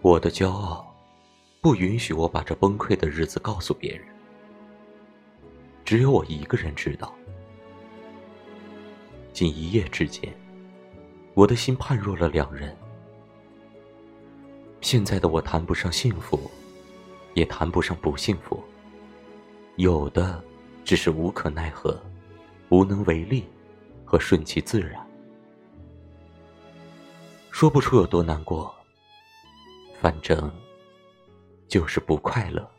我的骄傲不允许我把这崩溃的日子告诉别人，只有我一个人知道。仅一夜之间，我的心判若了两人。现在的我谈不上幸福，也谈不上不幸福，有的只是无可奈何、无能为力和顺其自然。说不出有多难过，反正就是不快乐。